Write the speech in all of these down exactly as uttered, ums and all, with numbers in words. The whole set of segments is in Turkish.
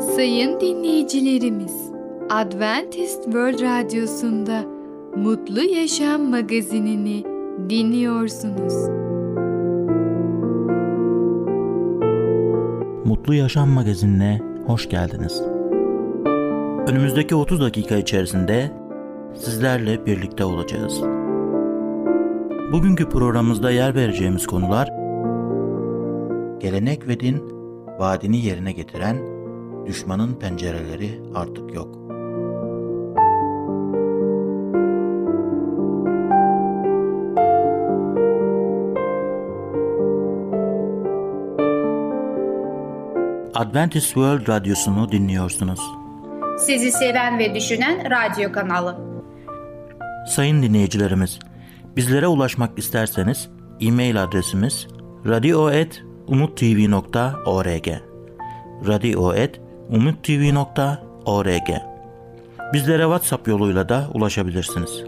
Sayın dinleyicilerimiz, Adventist World Radyosu'nda Mutlu Yaşam magazinini dinliyorsunuz. Mutlu Yaşam magazinine hoş geldiniz. Önümüzdeki otuz dakika içerisinde sizlerle birlikte olacağız. Bugünkü programımızda yer vereceğimiz konular: gelenek ve din vaadini yerine getiren düşmanın pencereleri artık yok. Adventist World Radyosu'nu dinliyorsunuz. Sizi seven ve düşünen radyo kanalı. Sayın dinleyicilerimiz, bizlere ulaşmak isterseniz e-mail adresimiz radio et umuttv nokta org radio et umuttv nokta org. Bizlere WhatsApp yoluyla da ulaşabilirsiniz.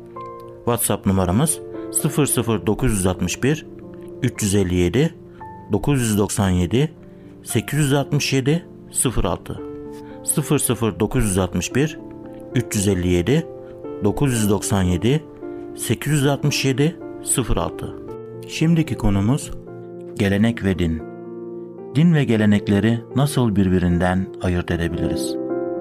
WhatsApp numaramız sıfır sıfır dokuz altı bir üç yüz elli yedi dokuz yüz doksan yedi sekiz yüz altmış yedi sıfır altı sıfır sıfır dokuz altı bir üç yüz elli yedi dokuz yüz doksan yedi sekiz yüz altmış yedi sıfır altı. Şimdiki konumuz gelenek ve din. Din ve gelenekleri nasıl birbirinden ayırt edebiliriz?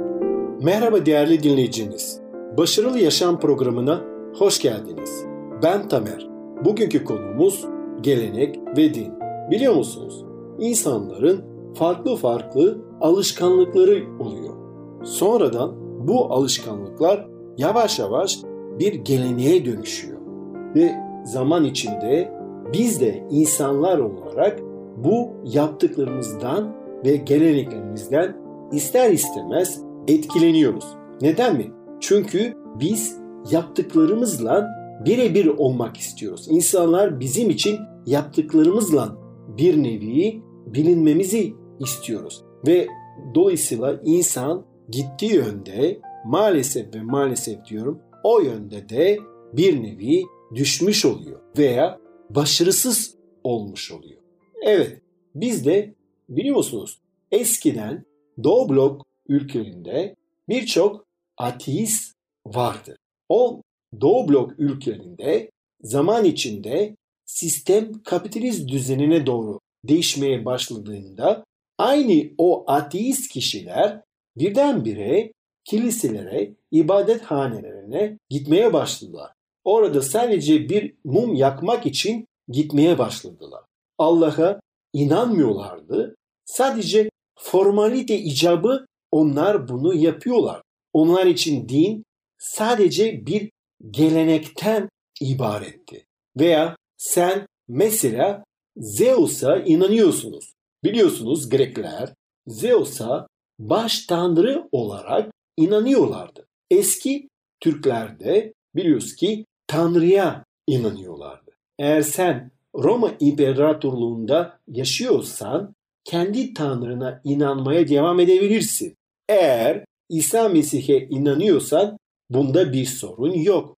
Merhaba değerli dinleyiciniz. Başarılı Yaşam programına hoş geldiniz. Ben Tamer. Bugünkü konumuz gelenek ve din. Biliyor musunuz? İnsanların farklı farklı alışkanlıkları oluyor. Sonradan bu alışkanlıklar yavaş yavaş bir geleneğe dönüşüyor. Ve zaman içinde biz de insanlar olarak bu yaptıklarımızdan ve geleneklerimizden ister istemez etkileniyoruz. Neden mi? Çünkü biz yaptıklarımızla birebir olmak istiyoruz. İnsanlar bizim için yaptıklarımızla bir nevi bilinmemizi istiyoruz. Ve dolayısıyla insan gittiği yönde maalesef ve maalesef diyorum o yönde de bir nevi düşmüş oluyor veya başarısız olmuş oluyor. Evet, biz de biliyor musunuz eskiden Doğu Blok ülkelerinde birçok ateist vardı. O Doğu Blok ülkelerinde zaman içinde sistem kapitalist düzenine doğru değişmeye başladığında aynı o ateist kişiler birdenbire kiliselere, ibadethanelerine gitmeye başladılar. Orada sadece bir mum yakmak için gitmeye başladılar. Allah'a inanmıyorlardı. Sadece formalite icabı onlar bunu yapıyorlar. Onlar için din sadece bir gelenekten ibaretti. Veya sen mesela Zeus'a inanıyorsunuz. Biliyorsunuz Grekler Zeus'a baş tanrı olarak inanıyorlardı. Eski Türklerde biliyoruz ki Tanrı'ya inanıyorlardı. Eğer sen Roma İmparatorluğu'nda yaşıyorsan kendi Tanrı'na inanmaya devam edebilirsin. Eğer İsa Mesih'e inanıyorsan bunda bir sorun yok.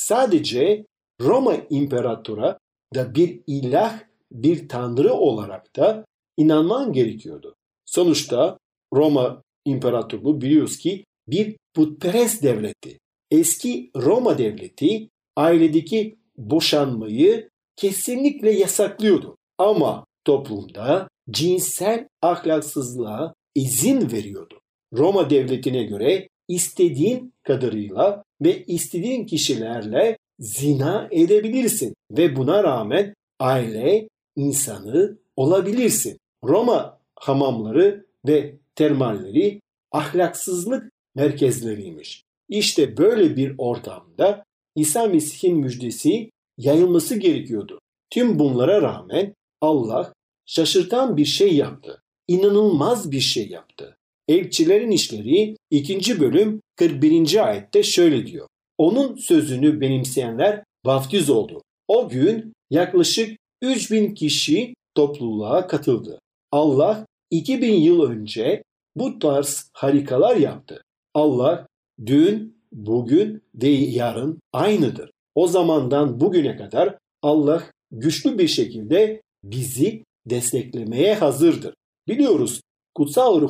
Sadece Roma İmparatora da bir ilah, bir tanrı olarak da inanman gerekiyordu. Sonuçta Roma İmparatorluğu biliyoruz ki bir putperest devletti. Eski Roma devleti ailedeki boşanmayı kesinlikle yasaklıyordu. Ama toplumda cinsel ahlaksızlığa izin veriyordu. Roma devletine göre istediğin kadarıyla ve istediğin kişilerle zina edebilirsin ve buna rağmen aile insanı olabilirsin. Roma hamamları ve termalleri ahlaksızlık merkezleriymiş. İşte böyle bir ortamda İsa Mesih'in müjdesi yayılması gerekiyordu. Tüm bunlara rağmen Allah şaşırtan bir şey yaptı. İnanılmaz bir şey yaptı. Elçilerin İşleri ikinci bölüm kırk birinci ayette şöyle diyor. Onun sözünü benimseyenler vaftiz oldu. O gün yaklaşık üç bin kişi topluluğa katıldı. Allah iki bin yıl önce bu tarz harikalar yaptı. Allah dün, bugün ve yarın aynıdır. O zamandan bugüne kadar Allah güçlü bir şekilde bizi desteklemeye hazırdır. Biliyoruz kutsal ruhun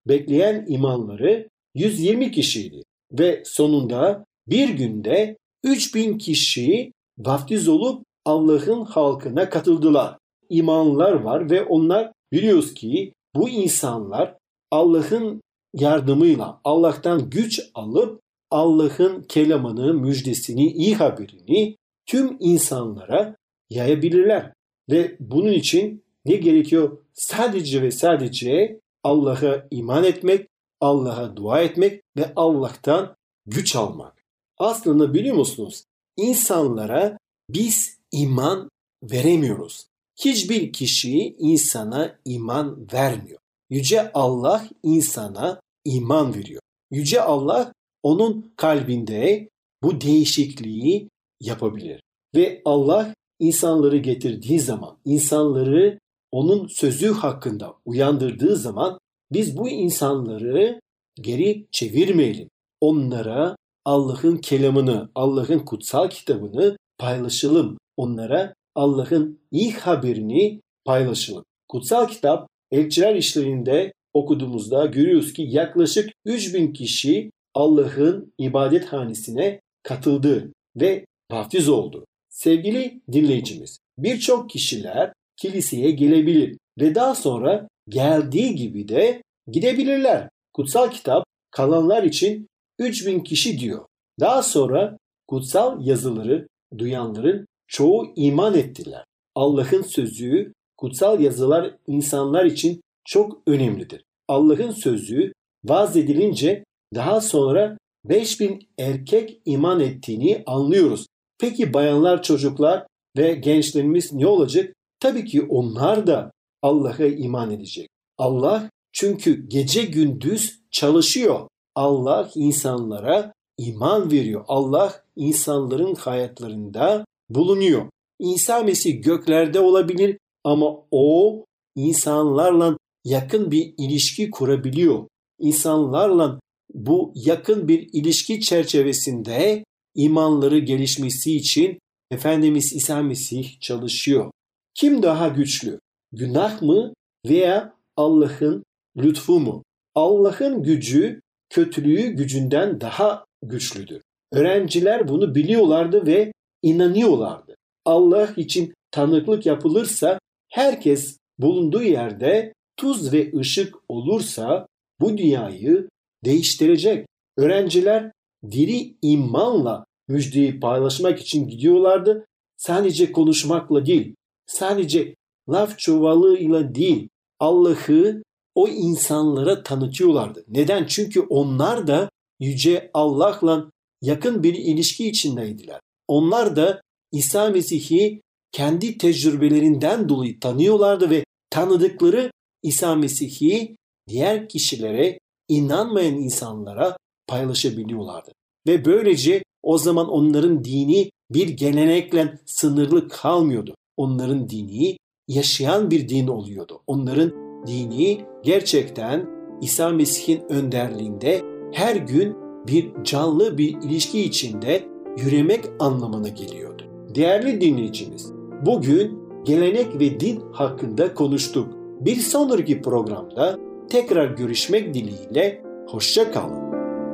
Bekleyen imanları yüz yirmi kişiydi ve sonunda bir günde üç bin kişi vaftiz olup Allah'ın halkına katıldılar. İmanlar var ve onlar biliyoruz ki bu insanlar Allah'ın yardımıyla Allah'tan güç alıp Allah'ın kelamını, müjdesini, iyi haberini tüm insanlara yayabilirler. Ve bunun için ne gerekiyor? Sadece ve sadece Allah'a iman etmek, Allah'a dua etmek ve Allah'tan güç almak. Aslında biliyor musunuz? İnsanlara biz iman veremiyoruz. Hiçbir kişi insana iman vermiyor. Yüce Allah insana iman veriyor. Yüce Allah onun kalbinde bu değişikliği yapabilir. Ve Allah insanları getirdiği zaman, insanları onun sözü hakkında uyandırdığı zaman biz bu insanları geri çevirmeyelim. Onlara Allah'ın kelamını, Allah'ın kutsal kitabını paylaşalım. Onlara Allah'ın iyi haberini paylaşalım. Kutsal kitap Elçiler İşleri'nde okuduğumuzda görüyoruz ki yaklaşık üç bin kişi Allah'ın ibadethanesine katıldı ve vaftiz oldu. Sevgili dinleyicimiz, birçok kişiler kiliseye gelebilir ve daha sonra geldiği gibi de gidebilirler. Kutsal kitap kalanlar için üç bin kişi diyor. Daha sonra kutsal yazıları duyanların çoğu iman ettiler. Allah'ın sözü, kutsal yazılar insanlar için çok önemlidir. Allah'ın sözü vaaz edilince daha sonra beş bin erkek iman ettiğini anlıyoruz. Peki bayanlar, çocuklar ve gençlerimiz ne olacak? Tabii ki onlar da Allah'a iman edecek. Allah çünkü gece gündüz çalışıyor. Allah insanlara iman veriyor. Allah insanların hayatlarında bulunuyor. İsa Mesih göklerde olabilir ama o insanlarla yakın bir ilişki kurabiliyor. İnsanlarla bu yakın bir ilişki çerçevesinde imanları gelişmesi için Efendimiz İsa Mesih çalışıyor. Kim daha güçlü? Günah mı veya Allah'ın lütfu mu? Allah'ın gücü kötülüğü gücünden daha güçlüdür. Öğrenciler bunu biliyorlardı ve inanıyorlardı. Allah için tanıklık yapılırsa, herkes bulunduğu yerde tuz ve ışık olursa bu dünyayı değiştirecek. Öğrenciler diri imanla müjdeyi paylaşmak için gidiyorlardı. Sadece konuşmakla değil, sadece laf çuvalıyla değil, Allah'ı o insanlara tanıtıyorlardı. Neden? Çünkü onlar da Yüce Allah'la yakın bir ilişki içindeydiler. Onlar da İsa Mesih'i kendi tecrübelerinden dolayı tanıyorlardı ve tanıdıkları İsa Mesih'i diğer kişilere, inanmayan insanlara paylaşabiliyorlardı. Ve böylece o zaman onların dini bir gelenekle sınırlı kalmıyordu. Onların dini yaşayan bir din oluyordu. Onların dini gerçekten İsa Mesih'in önderliğinde her gün bir canlı bir ilişki içinde yürümek anlamına geliyordu. Değerli dinleyicimiz, bugün gelenek ve din hakkında konuştuk. Bir sonraki programda tekrar görüşmek dileğiyle, hoşça kalın.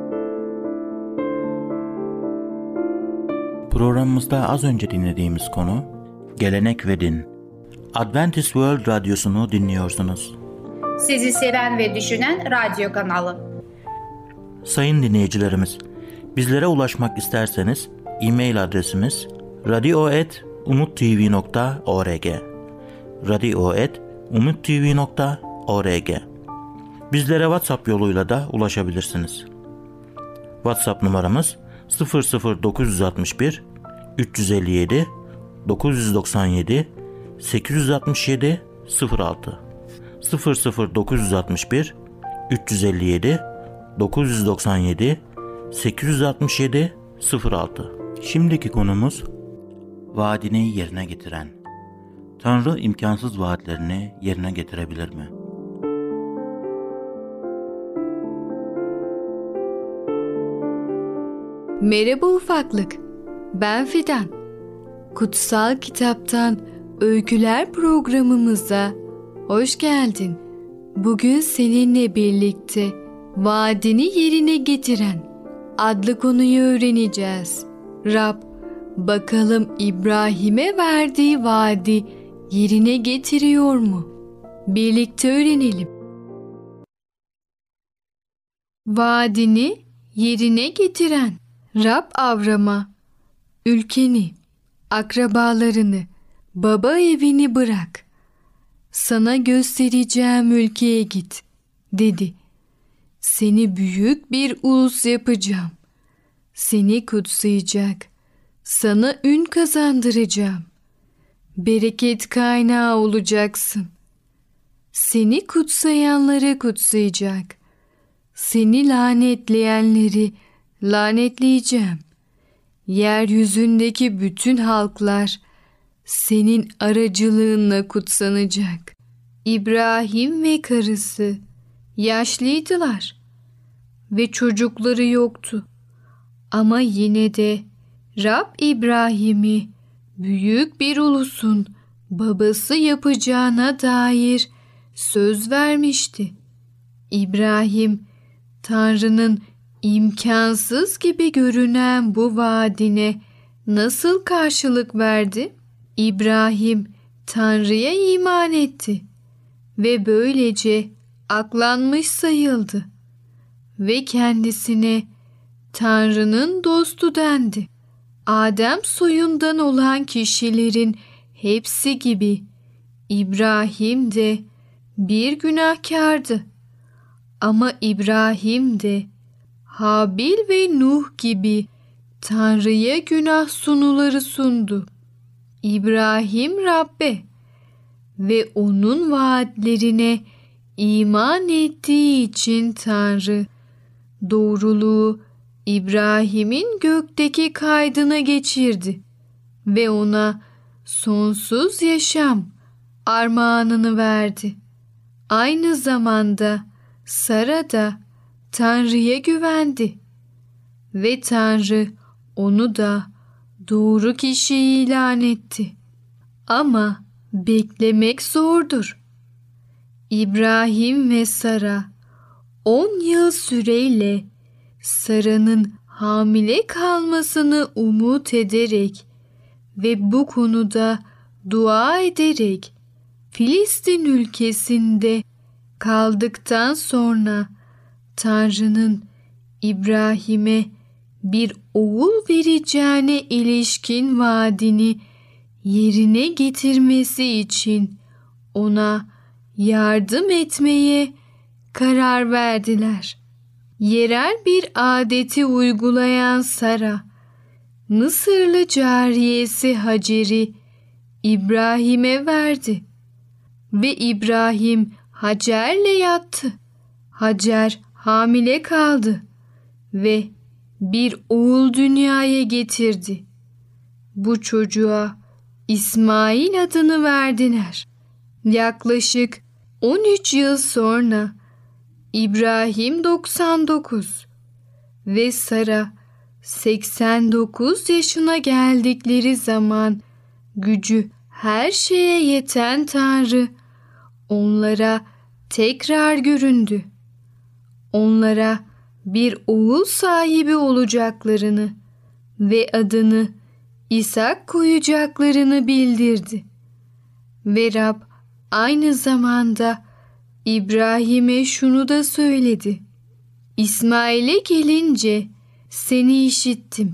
Programımızda az önce dinlediğimiz konu gelenek ve din. Adventist World Radyosu'nu dinliyorsunuz. Sizi seven ve düşünen radyo kanalı. Sayın dinleyicilerimiz, bizlere ulaşmak isterseniz e-mail adresimiz radio at umuttv nokta org radio at umuttv nokta org. Bizlere WhatsApp yoluyla da ulaşabilirsiniz. WhatsApp numaramız sıfır sıfır dokuz altı bir üç yüz elli yedi dokuz yüz doksan yedi sekiz yüz altmış yedi sıfır altı sıfır sıfır dokuz altı bir üç yüz elli yedi dokuz yüz doksan yedi sekiz yüz altmış yedi sıfır altı. Şimdiki konumuz vaadini yerine getiren. Tanrı imkansız vaatlerini yerine getirebilir mi? Merhaba ufaklık, ben Fidan. Kutsal Kitaptan Öyküler programımıza hoş geldin. bugün seninle birlikte vaadini yerine getiren adlı konuyu öğreneceğiz. Rab, bakalım İbrahim'e verdiği vaadi yerine getiriyor mu? Birlikte öğrenelim. Vaadini yerine getiren Rab Avram'a, ülkeni, akrabalarını, baba evini bırak. Sana göstereceğim ülkeye git, dedi. Seni büyük bir ulus yapacağım. Seni kutsayacak, sana ün kazandıracağım. Bereket kaynağı olacaksın. Seni kutsayanları kutsayacak. Seni lanetleyenleri lanetleyeceğim. Yeryüzündeki bütün halklar senin aracılığınla kutsanacak. İbrahim ve karısı yaşlıydılar ve çocukları yoktu. Ama yine de Rab İbrahim'i büyük bir ulusun babası yapacağına dair söz vermişti. İbrahim, Tanrı'nın imkansız gibi görünen bu vaadine nasıl karşılık verdi? İbrahim Tanrı'ya iman etti ve böylece aklanmış sayıldı ve kendisine Tanrı'nın dostu dendi. Adem soyundan olan kişilerin hepsi gibi İbrahim de bir günahkardı. Ama İbrahim de Habil ve Nuh gibi Tanrı'ya günah sunuları sundu. İbrahim Rab'be ve onun vaatlerine iman ettiği için Tanrı doğruluğu İbrahim'in gökteki kaydına geçirdi ve ona sonsuz yaşam armağanını verdi. Aynı zamanda Sara da Tanrı'ya güvendi ve Tanrı onu da doğru kişi ilan etti. Ama beklemek zordur. İbrahim ve Sara on yıl süreyle Sara'nın hamile kalmasını umut ederek ve bu konuda dua ederek Filistin ülkesinde kaldıktan sonra Tanrı'nın İbrahim'e bir oğul vereceğine ilişkin vaadini yerine getirmesi için ona yardım etmeye karar verdiler. Yerel bir adeti uygulayan Sara, Mısırlı cariyesi Hacer'i İbrahim'e verdi ve İbrahim Hacer'le yattı. Hacer hamile kaldı ve bir oğul dünyaya getirdi. Bu çocuğa İsmail adını verdiler. Yaklaşık on üç yıl sonra İbrahim doksan dokuz ve Sara seksen dokuz yaşına geldikleri zaman gücü her şeye yeten Tanrı onlara tekrar göründü. Onlara bir oğul sahibi olacaklarını ve adını İshak koyacaklarını bildirdi. Ve Rab aynı zamanda İbrahim'e şunu da söyledi. İsmail'e gelince seni işittim.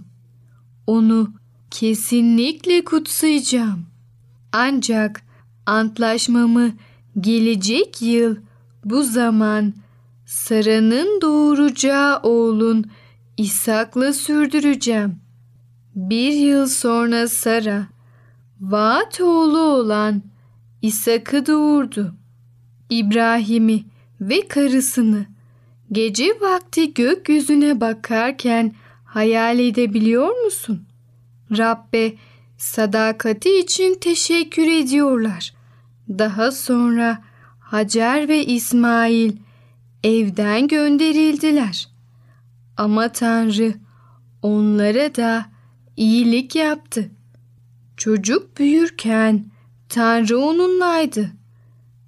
Onu kesinlikle kutsayacağım. Ancak antlaşmamı gelecek yıl bu zaman Sara'nın doğuracağı oğlun İshak'la sürdüreceğim. Bir yıl sonra Sara, vaat oğlu olan İshak'ı doğurdu. İbrahim'i ve karısını gece vakti gökyüzüne bakarken hayal edebiliyor musun? Rabbe sadakati için teşekkür ediyorlar. Daha sonra Hacer ve İsmail evden gönderildiler. Ama Tanrı onlara da iyilik yaptı. Çocuk büyürken Tanrı onunlaydı.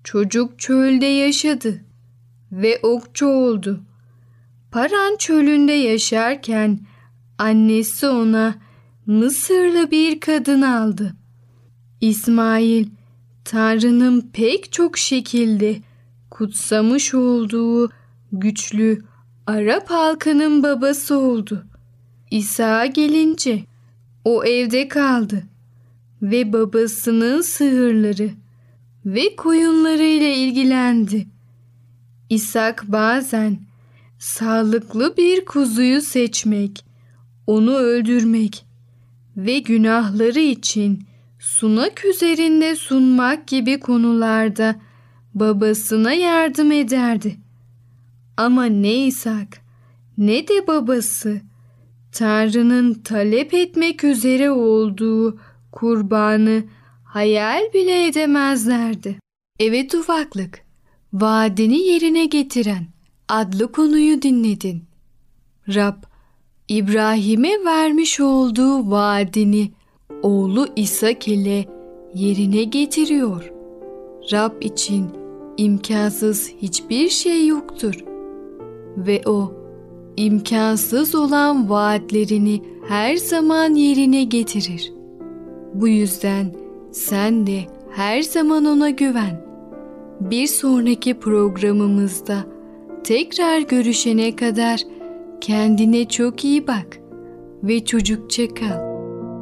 Çocuk çölde yaşadı ve okçu oldu. Paran çölünde yaşarken annesi ona Mısırlı bir kadın aldı. İsmail, Tanrı'nın pek çok şekilde kutsamış olduğu güçlü Arap halkının babası oldu. İsa gelince o evde kaldı ve babasının sığırları ve koyunlarıyla ilgilendi. İshak bazen sağlıklı bir kuzuyu seçmek, onu öldürmek ve günahları için sunak üzerinde sunmak gibi konularda babasına yardım ederdi. Ama ne İshak ne de babası Tanrı'nın talep etmek üzere olduğu kurbanı hayal bile edemezlerdi. Evet ufaklık, vaadini yerine getiren adlı konuyu dinledin. Rab, İbrahim'e vermiş olduğu vaadini oğlu İshak ile yerine getiriyor. Rab için imkansız hiçbir şey yoktur. Ve o, imkansız olan vaatlerini her zaman yerine getirir. Bu yüzden sen de her zaman ona güven. Bir sonraki programımızda tekrar görüşene kadar kendine çok iyi bak ve çocukça kal.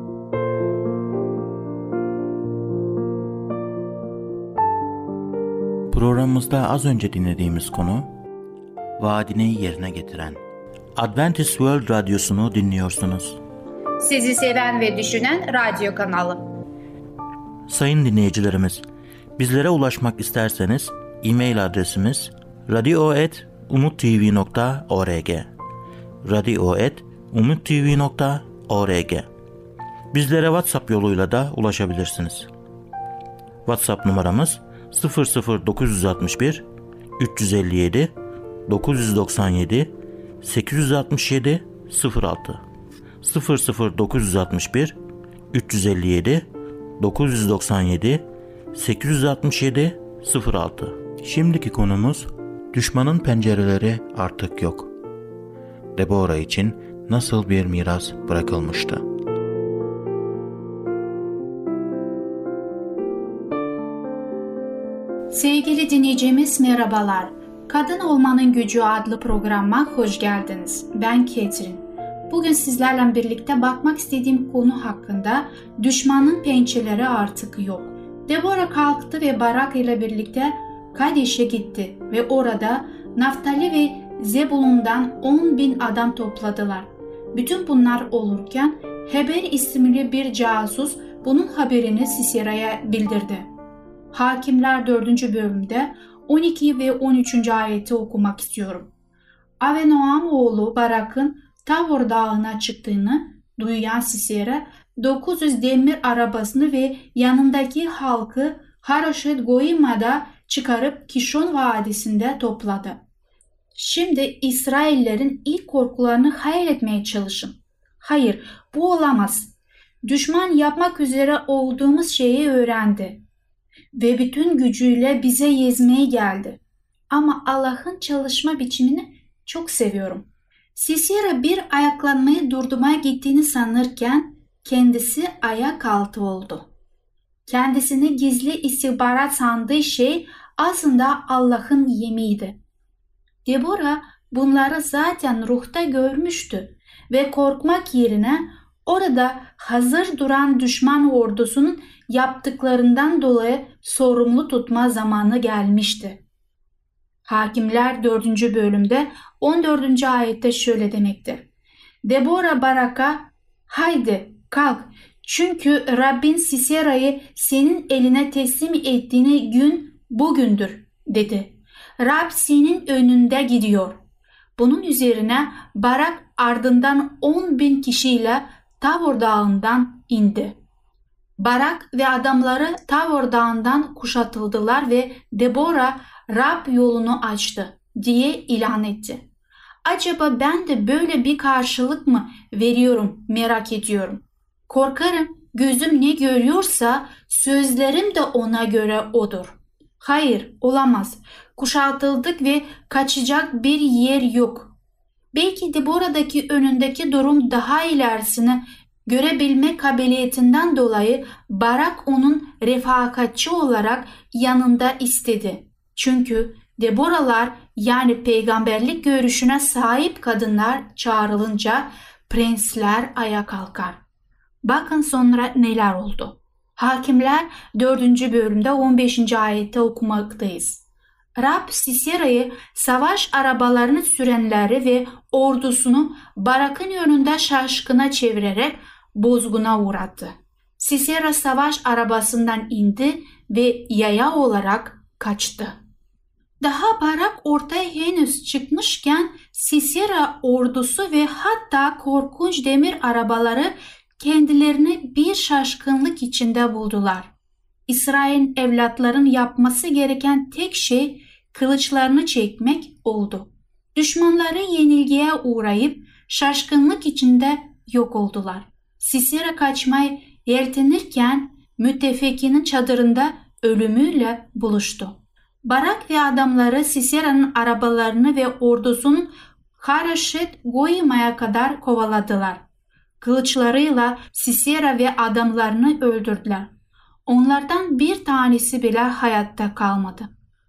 Programımızda az önce dinlediğimiz konu, vaadini yerine getiren Adventist World Radyosu'nu dinliyorsunuz. Sizi seven ve düşünen radyo kanalı. Sayın dinleyicilerimiz, bizlere ulaşmak isterseniz e-mail adresimiz radio et umuttv nokta org radio et umuttv nokta org. Bizlere WhatsApp yoluyla da ulaşabilirsiniz. WhatsApp numaramız sıfır sıfır dokuz altı bir üç elli yedi dokuz doksan yedi sekiz altı yedi sıfır altı sıfır sıfır dokuz altı bir üç elli yedi dokuz doksan yedi sekiz altı yedi sıfır altı. Şimdiki konumuz düşmanın pencereleri artık yok. Deborah için nasıl bir miras bırakılmıştı? Sevgili dinleyicimiz merhabalar. Kadın Olmanın Gücü adlı programa hoş geldiniz. Ben Ketrin. Bugün sizlerle birlikte bakmak istediğim konu hakkında düşmanın pençeleri artık yok. Deborah kalktı ve Barak ile birlikte Kadeş'e gitti ve orada Naftali ve Zebulun'dan on bin adam topladılar. Bütün bunlar olurken Heber isimli bir casus bunun haberini Sisera'ya bildirdi. Hakimler dördüncü bölümde on iki ve on üçüncü ayeti okumak istiyorum. Avinoam oğlu Barak'ın Tavor Dağı'na çıktığını duyan Sisera dokuz yüz demir arabasını ve yanındaki halkı Haroşet Goima'da çıkarıp Kişon Vadisi'nde topladı. Şimdi İsraillerin ilk korkularını hayal etmeye çalışın. Hayır, bu olamaz. Düşman yapmak üzere olduğumuz şeyi öğrendi ve bütün gücüyle bize ezmeye geldi. Ama Allah'ın çalışma biçimini çok seviyorum. Sisera bir ayaklanmayı durdurmaya gittiğini sanırken kendisi ayak altı oldu. Kendisini gizli istihbarat sandığı şey aslında Allah'ın yemeğiydi. Deborah bunları zaten ruhta görmüştü ve korkmak yerine orada hazır duran düşman ordusunun yaptıklarından dolayı sorumlu tutma zamanı gelmişti. Hakimler dördüncü bölümde on dördüncü ayette şöyle demektir. Deborah Barak'a haydi kalk çünkü Rabbin Sisera'yı senin eline teslim ettiğini gün bugündür dedi. Rab senin önünde gidiyor. Bunun üzerine Barak ardından on bin kişiyle Tavor Dağı'ndan indi. Barak ve adamları Tavor Dağı'ndan kuşatıldılar ve Deborah Rab yolunu açtı diye ilan etti. Acaba ben de böyle bir karşılık mı veriyorum merak ediyorum. Korkarım gözüm ne görüyorsa sözlerim de ona göre odur. Hayır, olamaz. Kuşatıldık ve kaçacak bir yer yok. Belki de buradaki önündeki durum daha ilerisini görebilme kabiliyetinden dolayı Barak onun refakatçi olarak yanında istedi. Çünkü Deborahlar yani peygamberlik görüşüne sahip kadınlar çağrılınca prensler ayağa kalkar. Bakın sonra neler oldu. Hakimler dördüncü bölümde on beşinci ayette okumaktayız. Rab Sisera'yı savaş arabalarını sürenleri ve ordusunu Barak'ın önünde şaşkına çevirerek bozguna uğrattı. Sisera savaş arabasından indi ve yaya olarak kaçtı. Daha Barak ortaya henüz çıkmışken Sisera ordusu ve hatta korkunç demir arabaları kendilerini bir şaşkınlık içinde buldular. İsrail evlatların yapması gereken tek şey kılıçlarını çekmek oldu. Düşmanları yenilgiye uğrayıp şaşkınlık içinde yok oldular. Sisera kaçmayı yeltenirken müttefikinin çadırında ölümüyle buluştu. Barak ve adamları Sisera'nın arabalarını ve ordusunun Hareşet Goyima'ya kadar kovaladılar. Kılıçlarıyla Sisera ve adamlarını öldürdüler. Onlardan bir tanesi bile hayatta kalmadı.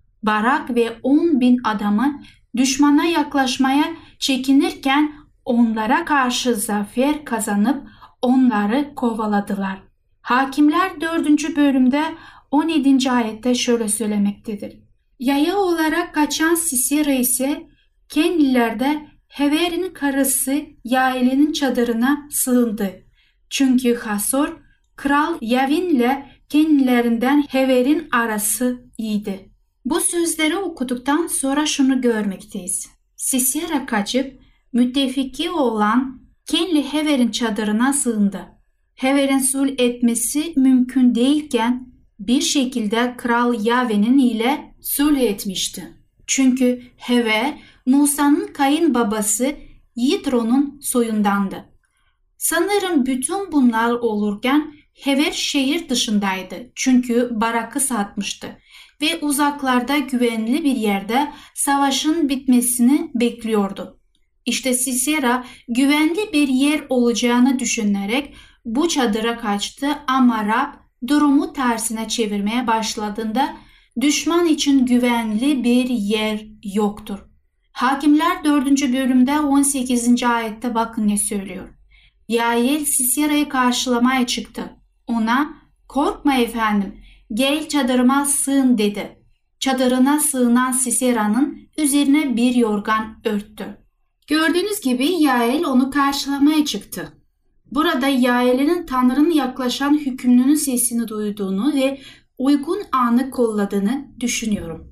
Barak ve on bin adamı düşmana yaklaşmaya çekinirken onlara karşı zafer kazanıp onları kovaladılar. Hakimler dördüncü bölümde on yedinci ayette şöyle söylemektedir. Yaya olarak kaçan Sisera ise kendilerde Hever'in karısı Yael'in çadırına sığındı. Çünkü Hasor, Kral Yavin'le kendilerinden Hever'in arası iyiydi. Bu sözleri okuduktan sonra şunu görmekteyiz. Sisera kaçıp müttefiki olan Kenli Hever'in çadırına sığındı. Hever'in sulh etmesi mümkün değilken bir şekilde Kral Yavin'in ile sulh etmişti. Çünkü Hever, Musa'nın kayınbabası Yitro'nun soyundandı. Sanırım bütün bunlar olurken Hever şehir dışındaydı. Çünkü Barak'ı satmıştı ve uzaklarda güvenli bir yerde savaşın bitmesini bekliyordu. İşte Sisera güvenli bir yer olacağını düşünerek bu çadıra kaçtı ama Rab durumu tersine çevirmeye başladığında düşman için güvenli bir yer yoktur. Hakimler dördüncü bölümde on sekizinci ayette bakın ne söylüyor. Yael Sisera'yı karşılamaya çıktı. Ona korkma efendim gel çadırıma sığın dedi. Çadırına sığınan Sisera'nın üzerine bir yorgan örttü. Gördüğünüz gibi Yael onu karşılamaya çıktı. Burada Yael'in Tanrı'nın yaklaşan hükümlünün sesini duyduğunu ve uygun anı kolladığını düşünüyorum.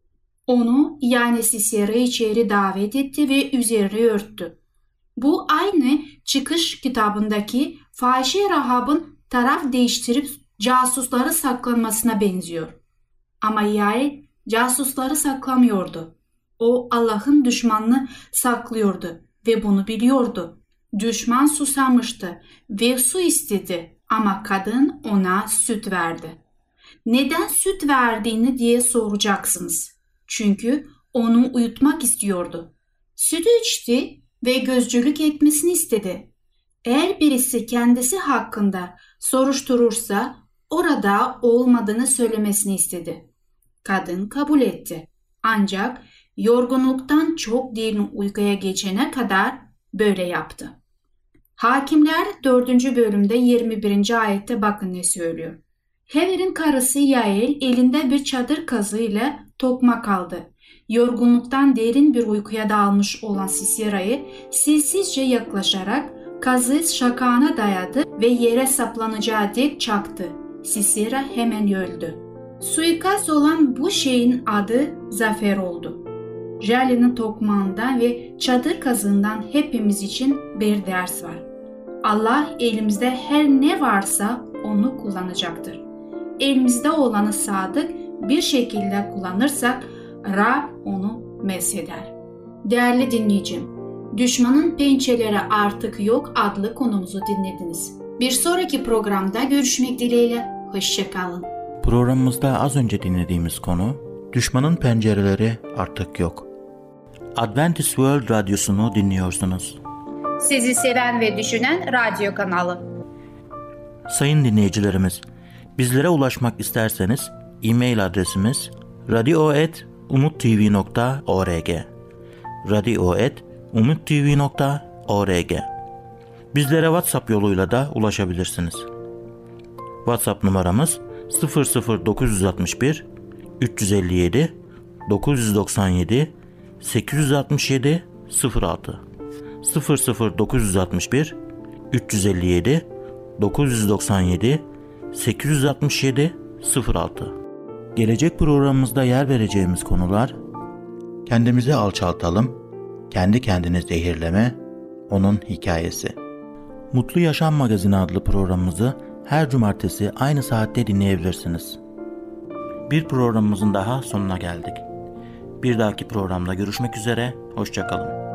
Onu yani Sisera'yı içeri davet etti ve üzerini örttü. Bu aynı Çıkış kitabındaki fahişe Rahab'ın taraf değiştirip casusları saklanmasına benziyor. Ama Yael casusları saklamıyordu. O Allah'ın düşmanını saklıyordu ve bunu biliyordu. Düşman susamıştı ve su istedi ama kadın ona süt verdi. Neden süt verdiğini diye soracaksınız. Çünkü onu uyutmak istiyordu. Sütü içti ve gözcülük etmesini istedi. Eğer birisi kendisi hakkında soruşturursa orada olmadığını söylemesini istedi. Kadın kabul etti. Ancak yorgunluktan çok derin uykuya geçene kadar böyle yaptı. Hakimler dördüncü bölümde yirmi birinci ayette bakın ne söylüyor. Hever'in karısı Yael elinde bir çadır kazığı ile tokmak aldı. Yorgunluktan derin bir uykuya dalmış olan Sisera'yı sessizce yaklaşarak kazığı şakağına dayadı ve yere saplanacağı dek çaktı. Sisera hemen öldü. Suikast olan bu şeyin adı zafer oldu. Jale'nin tokmağından ve çadır kazığından hepimiz için bir ders var. Allah elimizde her ne varsa onu kullanacaktır. Elimizde olanı sadık bir şekilde kullanırsak Rab onu mesheder. Değerli dinleyicim, Düşmanın Pençeleri Artık Yok adlı konumuzu dinlediniz. Bir sonraki programda görüşmek dileğiyle, hoşça kalın. Programımızda az önce dinlediğimiz konu, düşmanın pencereleri artık yok. Adventist World Radyosu'nu dinliyorsunuz. Sizi seven ve düşünen radyo kanalı. Sayın dinleyicilerimiz, bizlere ulaşmak isterseniz e-mail adresimiz radio et umuttv nokta org radio et umuttv nokta org. Bizlere WhatsApp yoluyla da ulaşabilirsiniz. WhatsApp numaramız sıfır sıfır dokuz altı bir üç yüz elli yedi dokuz yüz doksan yedi sekiz yüz altmış yedi sıfır altı sıfır sıfır dokuz altı bir üç yüz elli yedi dokuz yüz doksan yedi sekiz yüz altmış yedi sıfır altı. Gelecek programımızda yer vereceğimiz konular: kendimizi alçaltalım, kendi kendini zehirleme, onun hikayesi. Mutlu Yaşam Magazini adlı programımızı her cumartesi aynı saatte dinleyebilirsiniz. Bir programımızın daha sonuna geldik. Bir dahaki programda görüşmek üzere, hoşça kalın.